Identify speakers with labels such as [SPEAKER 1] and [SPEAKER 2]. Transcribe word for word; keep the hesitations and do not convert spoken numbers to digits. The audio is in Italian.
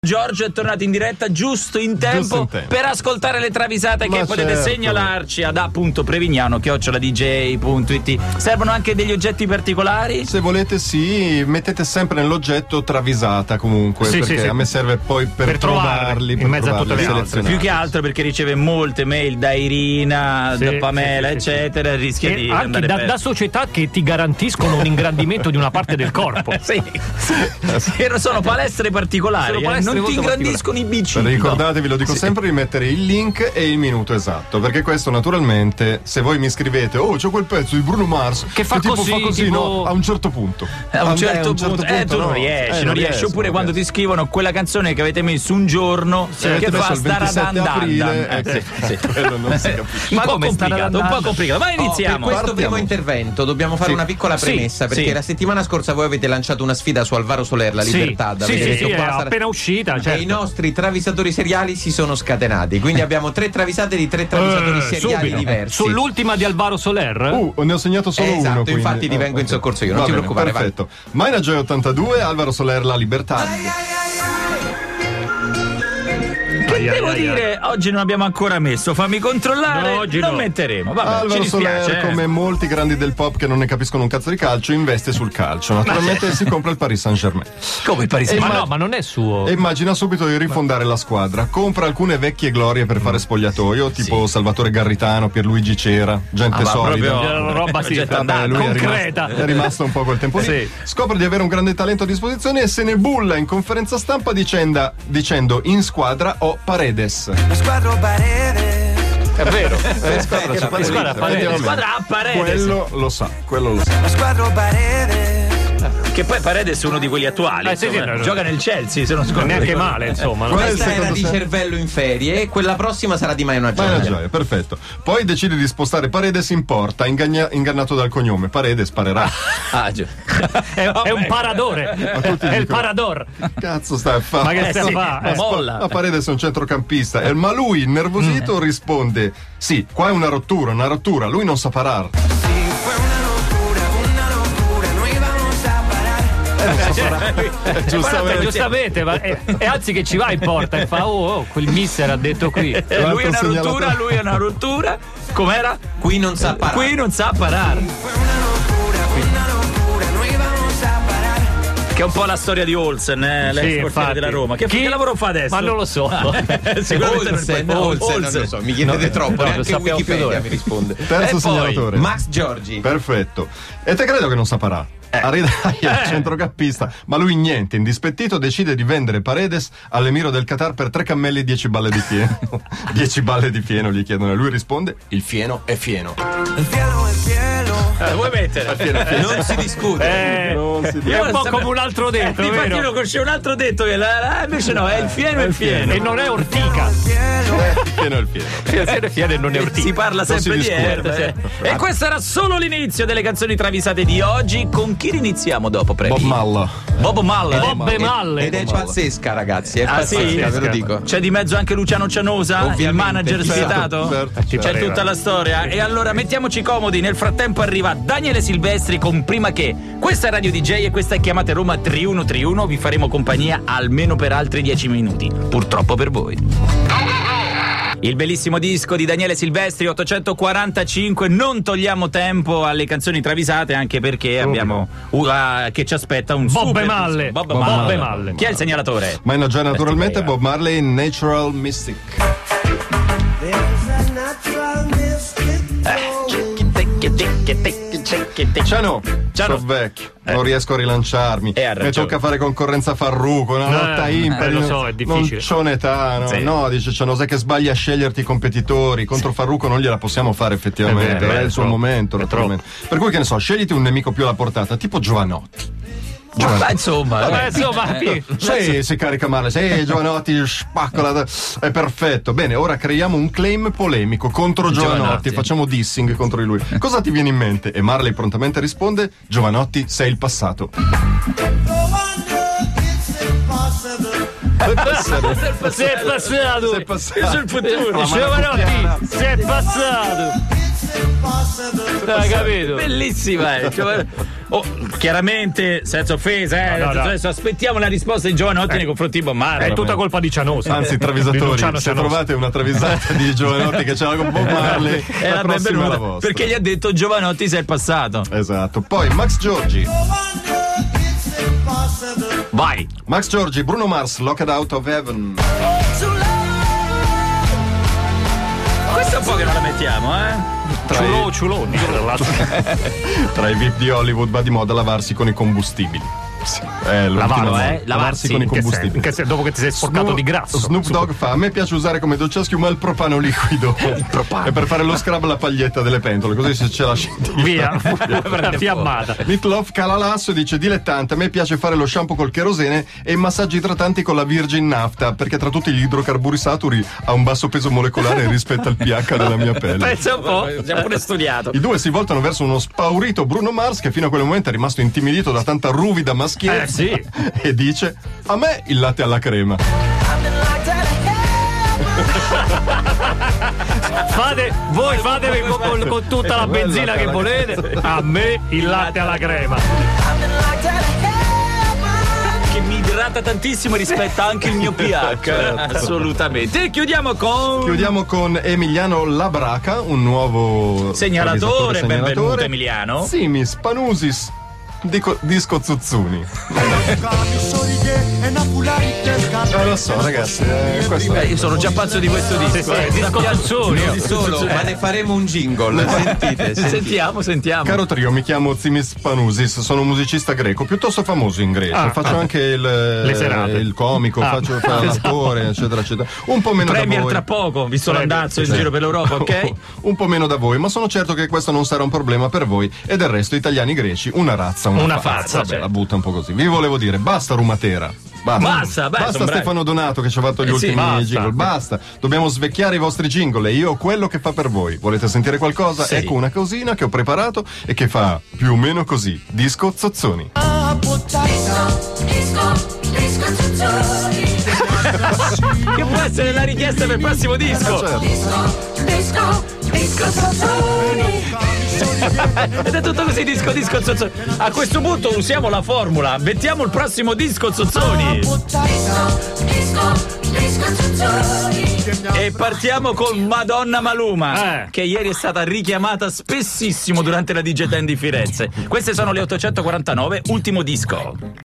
[SPEAKER 1] Giorgio è tornato in diretta giusto in tempo,
[SPEAKER 2] Giusto in tempo.
[SPEAKER 1] per ascoltare le travisate che
[SPEAKER 2] Ma
[SPEAKER 1] potete
[SPEAKER 2] certo.
[SPEAKER 1] segnalarci ad a.prevignano chiocciola d j punto it. Servono anche degli oggetti particolari?
[SPEAKER 2] Se volete sì, mettete sempre nell'oggetto travisata comunque,
[SPEAKER 3] Sì,
[SPEAKER 2] perché
[SPEAKER 3] sì, sì.
[SPEAKER 2] a me serve poi per,
[SPEAKER 3] Per
[SPEAKER 2] trovarli,
[SPEAKER 3] trovarli,
[SPEAKER 2] per
[SPEAKER 3] in mezzo a tutte
[SPEAKER 2] trovarli,
[SPEAKER 3] le altre.
[SPEAKER 2] selezionarli.
[SPEAKER 1] Più che altro perché riceve molte mail da Irina,
[SPEAKER 3] Sì,
[SPEAKER 1] da Pamela,
[SPEAKER 3] sì, sì, sì,
[SPEAKER 1] eccetera, rischia
[SPEAKER 3] E
[SPEAKER 1] di
[SPEAKER 3] anche
[SPEAKER 1] andare
[SPEAKER 3] da,
[SPEAKER 1] perso.
[SPEAKER 3] da società che ti garantiscono un ingrandimento di una parte del corpo.
[SPEAKER 1] Sì. Sì, sono palestre particolari,
[SPEAKER 3] Sono
[SPEAKER 1] eh,
[SPEAKER 3] palestre
[SPEAKER 1] non ti
[SPEAKER 3] molto
[SPEAKER 1] ingrandiscono i bicipiti.
[SPEAKER 2] Ricordatevi, lo dico
[SPEAKER 1] Sì.
[SPEAKER 2] sempre, di mettere il link e il minuto esatto, perché questo naturalmente, se voi mi scrivete oh c'è quel pezzo di Bruno Mars
[SPEAKER 3] Che fa
[SPEAKER 2] tipo
[SPEAKER 3] così,
[SPEAKER 2] fa così,
[SPEAKER 3] tipo-
[SPEAKER 2] no, a un certo punto
[SPEAKER 1] A un certo,
[SPEAKER 2] a un
[SPEAKER 1] punto, eh, tu non
[SPEAKER 2] no.
[SPEAKER 1] riesci,
[SPEAKER 2] Eh,
[SPEAKER 1] non riesci.
[SPEAKER 2] riesco,
[SPEAKER 1] Oppure
[SPEAKER 2] non
[SPEAKER 1] quando ti
[SPEAKER 2] riesco.
[SPEAKER 1] scrivono quella canzone che avete messo un giorno
[SPEAKER 2] Se avete
[SPEAKER 1] che
[SPEAKER 2] messo
[SPEAKER 1] fa
[SPEAKER 2] il ventisette
[SPEAKER 1] staradandan.
[SPEAKER 2] aprile,
[SPEAKER 1] Eh,
[SPEAKER 2] ecco,
[SPEAKER 1] sì, sì.
[SPEAKER 2] quello non si capisce.
[SPEAKER 1] Un po'
[SPEAKER 3] come
[SPEAKER 1] complicato, un po'
[SPEAKER 3] staradandan?
[SPEAKER 1] complicato. Ma
[SPEAKER 4] Oh, per
[SPEAKER 1] iniziamo.
[SPEAKER 4] questo
[SPEAKER 2] Partiamo.
[SPEAKER 4] primo intervento dobbiamo fare
[SPEAKER 2] Sì.
[SPEAKER 4] una piccola
[SPEAKER 3] Sì,
[SPEAKER 4] premessa, perché
[SPEAKER 1] sì.
[SPEAKER 4] la settimana scorsa voi avete lanciato una sfida su Alvaro Soler, la
[SPEAKER 3] Sì,
[SPEAKER 4] libertà, da
[SPEAKER 3] sì,
[SPEAKER 4] avete
[SPEAKER 3] sì,
[SPEAKER 4] detto
[SPEAKER 3] sì, è
[SPEAKER 4] qua sarà-
[SPEAKER 3] appena uscita,
[SPEAKER 4] e
[SPEAKER 3] certo.
[SPEAKER 4] i nostri travisatori seriali si sono scatenati, quindi abbiamo tre travisate di tre travisatori
[SPEAKER 3] Eh,
[SPEAKER 4] seriali
[SPEAKER 3] subito.
[SPEAKER 4] diversi.
[SPEAKER 3] Sull'ultima di Alvaro Soler?
[SPEAKER 2] Uh, ne ho segnato solo
[SPEAKER 4] Eh,
[SPEAKER 2] uno.
[SPEAKER 4] esatto,
[SPEAKER 2] quindi.
[SPEAKER 4] infatti ti
[SPEAKER 2] Oh,
[SPEAKER 4] vengo in
[SPEAKER 2] ok.
[SPEAKER 4] soccorso io, non
[SPEAKER 2] Va
[SPEAKER 4] ti
[SPEAKER 2] bene,
[SPEAKER 4] preoccupare, vai.
[SPEAKER 2] perfetto. Mina Joy ottantadue, Alvaro Soler, La Libertà.
[SPEAKER 1] Che
[SPEAKER 3] Ai, ai,
[SPEAKER 1] devo
[SPEAKER 3] ai,
[SPEAKER 1] dire, oggi non abbiamo ancora messo. Fammi controllare.
[SPEAKER 3] No, oggi
[SPEAKER 1] non
[SPEAKER 3] no.
[SPEAKER 1] metteremo. Vabbè, ci
[SPEAKER 2] Alvaro
[SPEAKER 1] dispiace.
[SPEAKER 2] Soler,
[SPEAKER 1] eh.
[SPEAKER 2] come molti grandi del pop che non ne capiscono un cazzo di calcio, investe sul calcio. Naturalmente si compra il Paris Saint-Germain.
[SPEAKER 1] Come il Paris
[SPEAKER 2] E
[SPEAKER 3] Ma
[SPEAKER 2] immag-
[SPEAKER 3] no, ma non è suo.
[SPEAKER 2] E immagina subito di rifondare la squadra. Compra alcune vecchie glorie per fare spogliatoio, tipo Salvatore Garritano, Pierluigi Cera, gente
[SPEAKER 1] Ah, ma
[SPEAKER 2] solida.
[SPEAKER 1] proprio-
[SPEAKER 3] roba sì,
[SPEAKER 1] Gente
[SPEAKER 2] Vabbè, lui è
[SPEAKER 3] concreta.
[SPEAKER 2] rimasto, è rimasto un po' quel tempo lì.
[SPEAKER 3] Sì.
[SPEAKER 2] Scopre di avere un grande talento a disposizione e se ne bulla in conferenza stampa dicenda, dicendo in squadra ho Paredes.
[SPEAKER 3] È vero.
[SPEAKER 2] Eh, squadra, c'è Paredes,
[SPEAKER 3] squadra,
[SPEAKER 2] effettivamente.
[SPEAKER 1] Squadra a Paredes.
[SPEAKER 2] Quello lo sa, quello lo sa.
[SPEAKER 1] Che poi Paredes è uno di quelli attuali.
[SPEAKER 3] Eh, sì,
[SPEAKER 1] insomma,
[SPEAKER 3] sì, no, no.
[SPEAKER 1] gioca nel Chelsea, se non
[SPEAKER 3] Non
[SPEAKER 1] scordo.
[SPEAKER 3] neanche male, insomma. non-
[SPEAKER 2] Qual è il
[SPEAKER 4] Questa era
[SPEAKER 2] secondo
[SPEAKER 4] di
[SPEAKER 2] se-
[SPEAKER 4] cervello in ferie e quella prossima sarà di mai una
[SPEAKER 2] Ma è una
[SPEAKER 4] gioia.
[SPEAKER 2] gioia, perfetto. Poi decide di spostare Paredes in porta, ingagna- ingannato dal cognome. Paredes parerà.
[SPEAKER 1] Ah, già.
[SPEAKER 3] È, è un paradore.
[SPEAKER 2] tutti
[SPEAKER 3] È il
[SPEAKER 2] dicono-
[SPEAKER 3] parador.
[SPEAKER 2] Cazzo stai a fare?
[SPEAKER 3] Ma che
[SPEAKER 1] Eh,
[SPEAKER 3] stai
[SPEAKER 1] sì,
[SPEAKER 3] a fare?
[SPEAKER 1] ma
[SPEAKER 3] Eh,
[SPEAKER 1] molla.
[SPEAKER 2] Ma Paredes è un centrocampista. Eh, Ma lui, innervosito, risponde: sì, qua è una rottura, una rottura. Lui non sa parar.
[SPEAKER 3] Guardate,
[SPEAKER 2] Giustamente.
[SPEAKER 3] giustamente, ma, e, e anzi che ci va in porta e fa oh, oh quel mister ha detto qui.
[SPEAKER 1] Eh, lui è una
[SPEAKER 2] L'altro
[SPEAKER 1] rottura,
[SPEAKER 2] segnalatore.
[SPEAKER 1] lui è una rottura. Com'era?
[SPEAKER 4] Qui non sa parare.
[SPEAKER 1] Qui non sa parare. Che è un po' la storia di Olsen, eh, l'ex
[SPEAKER 3] Sì,
[SPEAKER 1] portiere
[SPEAKER 3] infatti.
[SPEAKER 1] della Roma. Che,
[SPEAKER 3] Chi?
[SPEAKER 1] che lavoro fa adesso?
[SPEAKER 3] Ma non lo so.
[SPEAKER 1] Sicuramente
[SPEAKER 4] Olsen,
[SPEAKER 1] non
[SPEAKER 4] Olsen, non lo so, mi chiedete
[SPEAKER 3] No,
[SPEAKER 4] troppo,
[SPEAKER 3] no, lo
[SPEAKER 4] neanche
[SPEAKER 3] sappiamo più
[SPEAKER 4] Wikipedia
[SPEAKER 3] d'ora.
[SPEAKER 4] mi risponde.
[SPEAKER 2] Terzo
[SPEAKER 1] E poi,
[SPEAKER 2] segnalatore.
[SPEAKER 4] Max Giorgi.
[SPEAKER 2] Perfetto. E te credo che non sa parare. Arriva il centrocampista, ma lui niente, indispettito decide di vendere Paredes all'emiro del Qatar per tre cammelli e dieci balle di fieno. dieci balle di fieno gli chiedono e lui risponde: il fieno è fieno.
[SPEAKER 1] Eh, vuoi mettere?
[SPEAKER 4] Non si discute.
[SPEAKER 3] Eh,
[SPEAKER 2] Non si dice.
[SPEAKER 3] è un po'
[SPEAKER 1] Sapevo-
[SPEAKER 3] come un altro detto,
[SPEAKER 1] Eh, infatti
[SPEAKER 3] vero?
[SPEAKER 1] io lo conoscevo un altro detto che la, la- invece no, è il fieno e il fieno.
[SPEAKER 3] E non è ortica.
[SPEAKER 2] Il fieno è il fieno.
[SPEAKER 3] Fieno e fieno e non è ortica.
[SPEAKER 1] Si parla
[SPEAKER 2] Non
[SPEAKER 1] sempre
[SPEAKER 2] si
[SPEAKER 1] di
[SPEAKER 2] discute,
[SPEAKER 1] erbe.
[SPEAKER 3] sì.
[SPEAKER 1] E questo era solo l'inizio delle canzoni travisate di oggi. Con chi iniziamo dopo, prego?
[SPEAKER 2] Bob Malla.
[SPEAKER 1] Bob Malle.
[SPEAKER 3] Bob e Malle.
[SPEAKER 4] Ed è pazzesca, ragazzi, è
[SPEAKER 1] Ah,
[SPEAKER 4] pazzesca,
[SPEAKER 1] sì?
[SPEAKER 4] ve lo dico.
[SPEAKER 1] C'è di mezzo anche Luciano Cianosa,
[SPEAKER 4] Ovviamente,
[SPEAKER 1] il manager
[SPEAKER 4] certo,
[SPEAKER 1] spietato?
[SPEAKER 2] certo,
[SPEAKER 3] Ci
[SPEAKER 1] C'è
[SPEAKER 3] pareva.
[SPEAKER 1] tutta la storia. E allora mettiamoci comodi. Nel frattempo arriva Daniele Silvestri con Prima Che. Questa è Radio D J e questa è Chiamate Roma tre uno tre uno. Vi faremo compagnia almeno per altri dieci minuti. Purtroppo per voi. Il bellissimo disco di Daniele Silvestri, ottocentoquarantacinque. Non togliamo tempo alle canzoni travisate, anche perché abbiamo una che ci aspetta un
[SPEAKER 3] Bob
[SPEAKER 1] super
[SPEAKER 3] e Malle.
[SPEAKER 1] disco. Bob,
[SPEAKER 2] Bob
[SPEAKER 1] Malle.
[SPEAKER 3] Bob e Malle.
[SPEAKER 1] Chi è il segnalatore?
[SPEAKER 2] Ma in già naturalmente
[SPEAKER 1] Questa
[SPEAKER 2] Bob Marley, Natural Mystic. Ciano,
[SPEAKER 1] Ciano.
[SPEAKER 2] sono vecchio, non riesco a rilanciarmi.
[SPEAKER 1] E ha
[SPEAKER 2] Mi
[SPEAKER 1] ragione.
[SPEAKER 2] tocca fare concorrenza a Farruko, una
[SPEAKER 3] Eh,
[SPEAKER 2] lotta impari.
[SPEAKER 3] eh, lo so, è difficile.
[SPEAKER 2] Non c'ho un'età, no,
[SPEAKER 1] Sì.
[SPEAKER 2] no, dice Ciano, sai che sbagli a sceglierti i competitori. Contro Farruko non gliela possiamo fare effettivamente,
[SPEAKER 3] È
[SPEAKER 2] è,
[SPEAKER 3] vero, è
[SPEAKER 2] il suo
[SPEAKER 3] troppo,
[SPEAKER 2] momento,
[SPEAKER 3] è
[SPEAKER 2] naturalmente. Per cui che ne so, scegliti un nemico più alla portata, tipo Giovanotti.
[SPEAKER 1] Ma insomma,
[SPEAKER 3] Vabbè, insomma,
[SPEAKER 1] eh,
[SPEAKER 2] Sì, si carica male, sì, Giovanotti spaccola, è perfetto. Bene, ora creiamo un claim polemico contro Giovanotti,
[SPEAKER 1] Giovanotti.
[SPEAKER 2] facciamo dissing contro di lui. Cosa ti viene in mente? E Marley prontamente risponde: Giovanotti, sei il passato. È passato.
[SPEAKER 3] si è passato.
[SPEAKER 2] Si è passato.
[SPEAKER 1] Io sul futuro.
[SPEAKER 3] Giovanotti, si è passato. Hai capito?
[SPEAKER 1] Bellissima, eh. Giova- Oh, chiaramente, senza offesa, eh.
[SPEAKER 3] No, no, no.
[SPEAKER 1] Adesso aspettiamo la risposta di Giovanotti
[SPEAKER 3] Eh.
[SPEAKER 1] nei confronti di Bommaro.
[SPEAKER 3] È tutta colpa di Cianosa.
[SPEAKER 2] Anzi,
[SPEAKER 3] Di
[SPEAKER 2] travisatori,
[SPEAKER 3] Luciano
[SPEAKER 2] se
[SPEAKER 3] Cianosa.
[SPEAKER 2] trovate una travisata di Giovanotti che c'era con Bob Marley,
[SPEAKER 1] Era
[SPEAKER 2] la prossima è la
[SPEAKER 1] benvenuta,
[SPEAKER 2] vostra.
[SPEAKER 1] perché gli ha detto Giovanotti sei il passato.
[SPEAKER 2] Esatto. Poi Max Giorgi.
[SPEAKER 1] Vai.
[SPEAKER 2] Max Giorgi, Bruno Mars, Locked Out of Heaven.
[SPEAKER 1] Questa è un po' che non la mettiamo, eh.
[SPEAKER 2] Tra,
[SPEAKER 3] Ciulò,
[SPEAKER 2] i,
[SPEAKER 3] ciuloni, tra l'altro.
[SPEAKER 2] tra i V I P di Hollywood va di moda lavarsi con i combustibili. Sì. Eh, l'ultima
[SPEAKER 3] Lavarlo,
[SPEAKER 2] moda.
[SPEAKER 1] eh? Lavarsi
[SPEAKER 2] con i
[SPEAKER 3] In che senso?
[SPEAKER 2] combustibili.
[SPEAKER 3] In che senso? Dopo che ti sei sporcato
[SPEAKER 2] Snoop-
[SPEAKER 3] di grasso.
[SPEAKER 2] Snoop Dogg fa: a me piace usare come doccia schiuma il propano liquido. Il
[SPEAKER 1] propano.
[SPEAKER 2] E per fare lo scrub la paglietta delle pentole, così se ce la scendi.
[SPEAKER 3] Via, la fiammata.
[SPEAKER 2] Meatloaf cala l'asso e dice: dilettante, a me piace fare lo shampoo col cherosene e i massaggi idratanti con la virgin nafta, perché tra tutti gli idrocarburi saturi ha un basso peso molecolare rispetto al pH della mia pelle.
[SPEAKER 1] Pensa un po', abbiamo pure studiato.
[SPEAKER 2] I due si voltano verso uno spaurito Bruno Mars che fino a quel momento è rimasto intimidito da tanta ruvida maschierezza.
[SPEAKER 3] Eh, sì.
[SPEAKER 2] E dice: a me il latte alla crema.
[SPEAKER 3] Fate, voi fatevi con, con- con tutta la benzina che volete. A me il latte alla crema.
[SPEAKER 1] Che mi idrata tantissimo e rispetta anche il mio pH. Assolutamente. E chiudiamo con.
[SPEAKER 2] Chiudiamo con Emiliano Labraca, un nuovo
[SPEAKER 1] Segnalatore,
[SPEAKER 2] travisatore
[SPEAKER 1] benvenuto Emiliano.
[SPEAKER 2] Simis Panusis Dico, disco Zuzzuni. Non lo so, ragazzi. Eh, questo
[SPEAKER 1] Beh, io sono già pazzo di questo disco.
[SPEAKER 3] Sì, sì,
[SPEAKER 1] eh.
[SPEAKER 3] disco
[SPEAKER 1] Sappiamo-
[SPEAKER 3] Zuzzuni,
[SPEAKER 1] Non
[SPEAKER 3] io.
[SPEAKER 1] di solo,
[SPEAKER 4] Ma
[SPEAKER 1] eh.
[SPEAKER 4] ne faremo un jingle. Sentite, sentite.
[SPEAKER 1] Sentiamo, sentiamo.
[SPEAKER 2] Caro trio, mi chiamo Zimis Panusis, sono un musicista greco, piuttosto famoso in Grecia.
[SPEAKER 3] Ah,
[SPEAKER 2] faccio
[SPEAKER 3] ah.
[SPEAKER 2] anche il,
[SPEAKER 3] Le serate.
[SPEAKER 2] il comico,
[SPEAKER 3] Ah.
[SPEAKER 2] faccio fa l'attore, eccetera, eccetera. Un po' meno
[SPEAKER 1] Premier
[SPEAKER 2] da voi.
[SPEAKER 1] tra poco, visto
[SPEAKER 3] Premier,
[SPEAKER 1] l'andazzo in
[SPEAKER 2] Sì.
[SPEAKER 1] giro per l'Europa, ok?
[SPEAKER 2] Un po' meno da voi, ma sono certo che questo non sarà un problema per voi. E del resto, italiani greci, una razza, una,
[SPEAKER 3] Una
[SPEAKER 2] fazza.
[SPEAKER 3] fazza,
[SPEAKER 2] Vabbè,
[SPEAKER 3] certo.
[SPEAKER 2] la butta un po' così. Vi volevo dire, basta Rumatera. Basta,
[SPEAKER 1] Basta, beh,
[SPEAKER 2] Basta
[SPEAKER 1] son bravi.
[SPEAKER 2] Stefano Donato che ci ha fatto gli
[SPEAKER 1] Eh sì,
[SPEAKER 2] ultimi
[SPEAKER 3] basta.
[SPEAKER 2] jingle. Basta. Dobbiamo svecchiare i vostri jingle e io ho quello che fa per voi. Volete sentire qualcosa?
[SPEAKER 1] Sì.
[SPEAKER 2] Ecco una cosina che ho preparato e che fa più o meno così. Disco Zozzoni.
[SPEAKER 1] Che può essere la richiesta per il prossimo disco. Ed è tutto così, disco, disco, zozzoni. A questo punto usiamo la formula. Mettiamo il prossimo disco, zozzoni. E partiamo con Madonna Maluma,
[SPEAKER 3] Eh.
[SPEAKER 1] che ieri è stata richiamata spessissimo durante la D J Ten di Firenze. Queste sono le ottocentoquarantanove, ultimo disco.